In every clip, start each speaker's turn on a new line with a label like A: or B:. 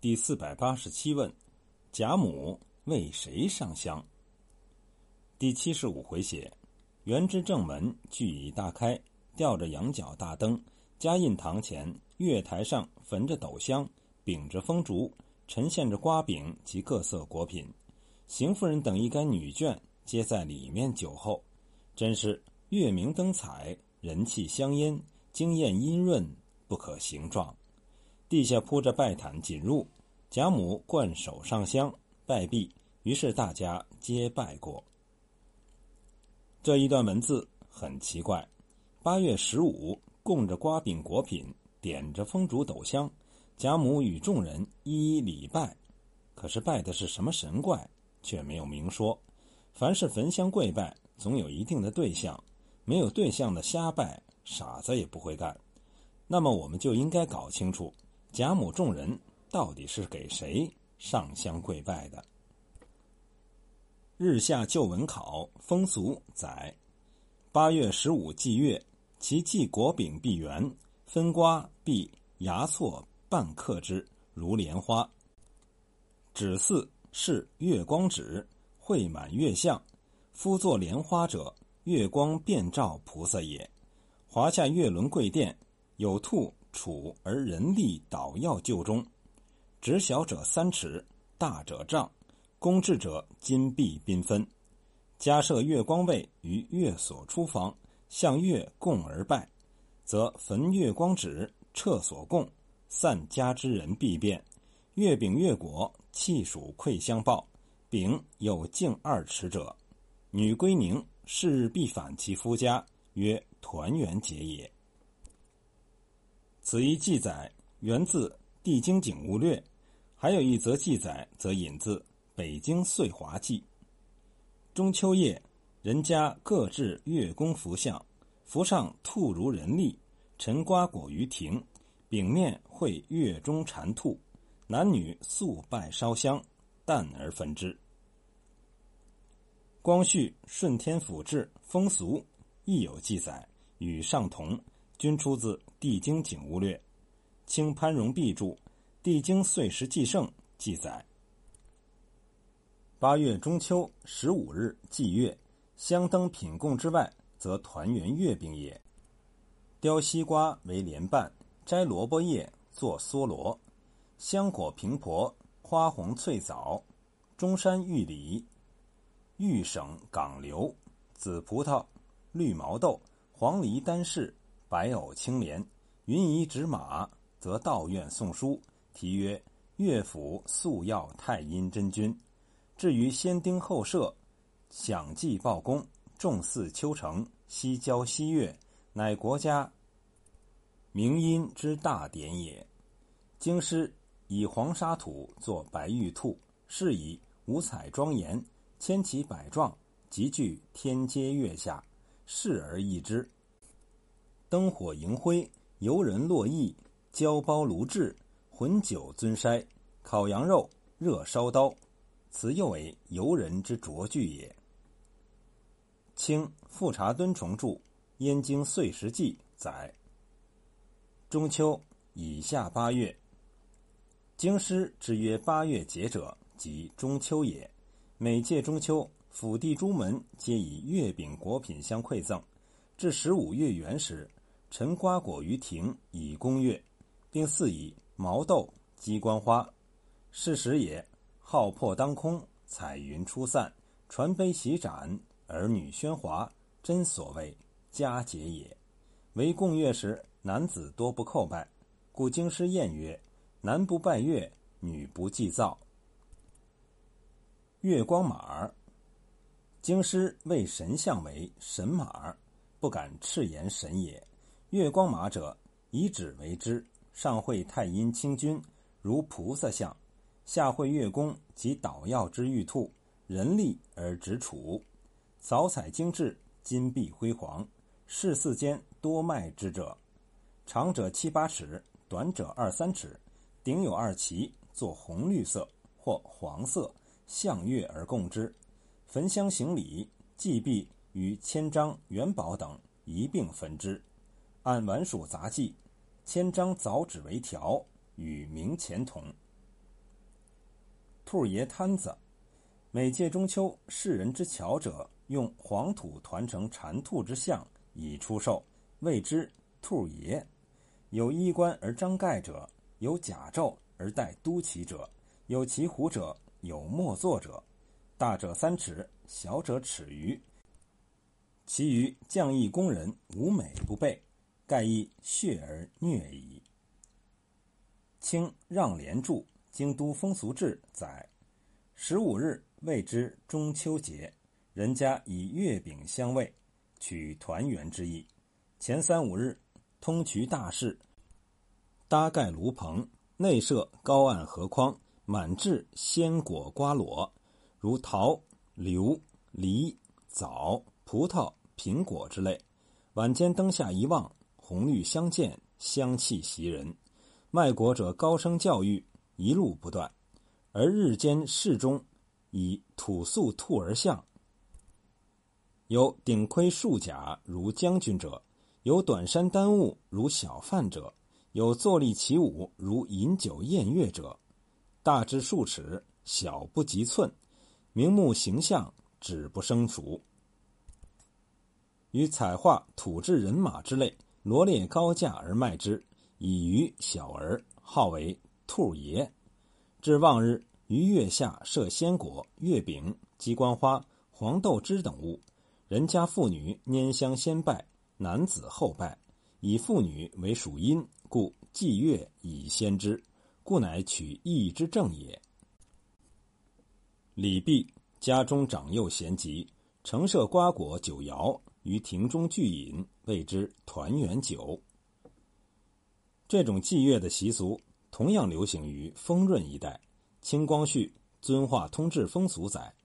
A: 第487问：贾母为谁上香？第75回写：元之正门俱已大开，吊着羊角大灯，嘉印堂前月台上焚着斗香，秉着风烛，陈献着瓜饼及各色果品。邢夫人等一干女眷皆在里面酒后，真是月明灯彩，人气香烟，惊艳阴润，不可形状。地下铺着拜毯进入，贾母灌手上香拜毕，于是大家皆拜过。这一段文字很奇怪，8月15供着瓜饼果品，点着风烛斗香，贾母与众人一一礼拜，可是拜的是什么神怪，却没有明说。凡是焚香跪拜，总有一定的对象，没有对象的瞎拜，傻子也不会干。那么我们就应该搞清楚，贾母众人到底是给谁上香跪拜的。日下旧文考风俗载：8月15祭月，其祭果饼必圆，分瓜必芽错半克之，如莲花。指四是月光指，绘满月相，夫作莲花者，月光遍照菩萨也。华夏月轮贵殿，有兔楚而人力捣药臼中，指小者3尺，大者丈，公制者金碧缤纷。加设月光位于月所出房，向月供而拜，则焚月光指，撤所供，散家之人必变。月饼月果气属馈相报，饼有径2尺者，女归宁，是日必返其夫家，曰团圆节也。此一记载源自《地经景物略》，还有一则记载则引自《北京岁华记》。中秋夜，人家各置月宫福像，福上兔如人力，陈瓜果于庭，饼面绘月中蟾兔，男女素拜烧香，淡而分之。光绪《顺天府志》风俗亦有记载，与上同，均出自《地经景物略》。清潘荣弼著《地经岁时记胜》记载：8月中秋15日祭月，香灯品供之外，则团圆月饼也。雕西瓜为莲瓣，摘萝卜叶做梭罗，香果平婆，花红翠枣，中山玉李，豫省港榴，紫葡萄，绿毛豆，黄梨丹柿，白藕青莲，云移纸马，则道院送书，题曰乐府素要太阴真君。至于先丁后社，享祭报功，重祀秋城，西郊西岳，乃国家明阴之大典也。京师以黄沙土作白玉兔，是以五彩庄严，千奇百状，极具天阶月下，视而异之。灯火荧辉，游人络绎，焦包炉制，浑酒樽筛，烤羊肉，热烧刀，此又为游人之卓具也。清富察敦重著《燕京岁时记》载：中秋以下8月，京师之曰8月节者，即中秋也。每届中秋，府地诸门皆以月饼果品相馈赠。至15月圆时，陈瓜果于庭以供月，并赐以毛豆、鸡冠花。是时也，浩破当空，彩云出散，传杯洗盏，儿女喧哗，真所谓佳节也。为供月时，男子多不叩拜，故京师谚曰：男不拜月，女不祭灶。月光马儿，京师谓神像为神马儿，不敢赤言神也。月光马者，以指为之，上绘太阴清君，如菩萨像，下绘月宫及捣药之玉兔，人力而直杵，藻彩精致，金碧辉煌，饰四间多脉之者，长者7、8尺，短者2、3尺，顶有2旗，作红绿色或黄色，向月而供之。焚香行礼，祭毕，与千章、元宝等一并焚之。按宛署杂记，千章藻纸为条，与明钱同。 兔爷摊子。每届中秋，世人之巧者用黄土团成蟾兔之象以出售，谓之兔爷。有衣冠而张盖者，有甲胄而戴都旗者，有骑虎者，有末座者。大者3尺，小者尺余。其余匠艺工人无美不备，盖亦血而虐矣。清让连著《京都风俗志》载，15日谓之中秋节，人家以月饼相慰，取团圆之意。前3、5日，通衢大室，搭盖炉棚，内设高案河筐，满置鲜果瓜裸，如桃、榴、梨、枣、葡萄、苹果之类。晚间灯下一望，红绿相间，香气袭人。卖果者高声教育，一路不断。而日间市中以土塑兔儿像，有顶盔束甲如将军者，有短衫单物如小贩者，有坐立起舞如饮酒宴乐者。大至数尺，小不及寸，名目形象，只不生熟。与彩画土制人马之类，罗列高价而卖之，以娱小儿，号为兔爷。至望日，于月下设鲜果、月饼、鸡冠花、黄豆枝等物，人家妇女拈香先拜，男子后拜。以妇女为属阴，故祭月以先之，故乃取义之正也。礼毕，家中长幼咸集，盛设瓜果酒肴，于庭中聚饮，谓之团圆酒。这种祭月的习俗同样流行于丰润一带。清光绪《遵化通志风俗》载，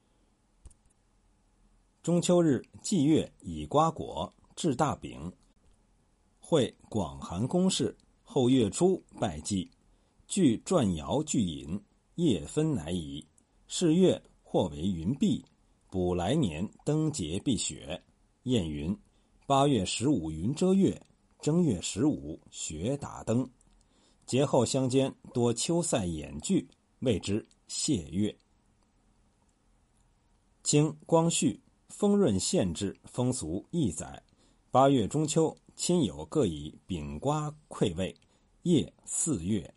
A: 中秋日祭月以瓜果制大饼，会广寒宫室，后月初拜祭，具转肴俱饮，夜分乃已。是月或为云蔽，补来年灯节避雪。谚云：8月15云遮月，正月15雪打灯。节后乡间多秋赛演剧，谓之谢月。清光绪《丰润县志风俗》亦载，8月中秋，亲友各以饼瓜馈慰，夜4月。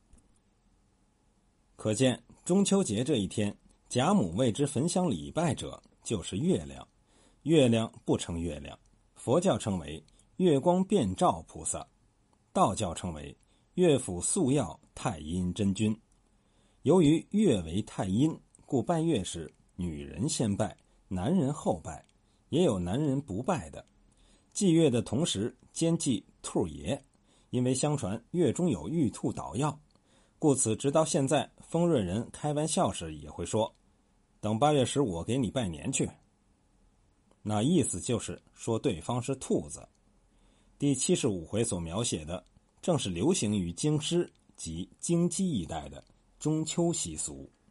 A: 可见中秋节这一天，贾母为之焚香礼拜者，就是月亮。月亮不称月亮，佛教称为月光遍照菩萨，道教称为月府素药太阴真君。由于月为太阴，故拜月时女人先拜，男人后拜，也有男人不拜的。祭月的同时兼祭兔爷，因为相传月中有玉兔捣药，故此直到现在丰润人开玩笑时也会说，等8月15我给你拜年去。那意思就是说对方是兔子。第75回所描写的正是流行于京师及京畿一带的中秋习俗。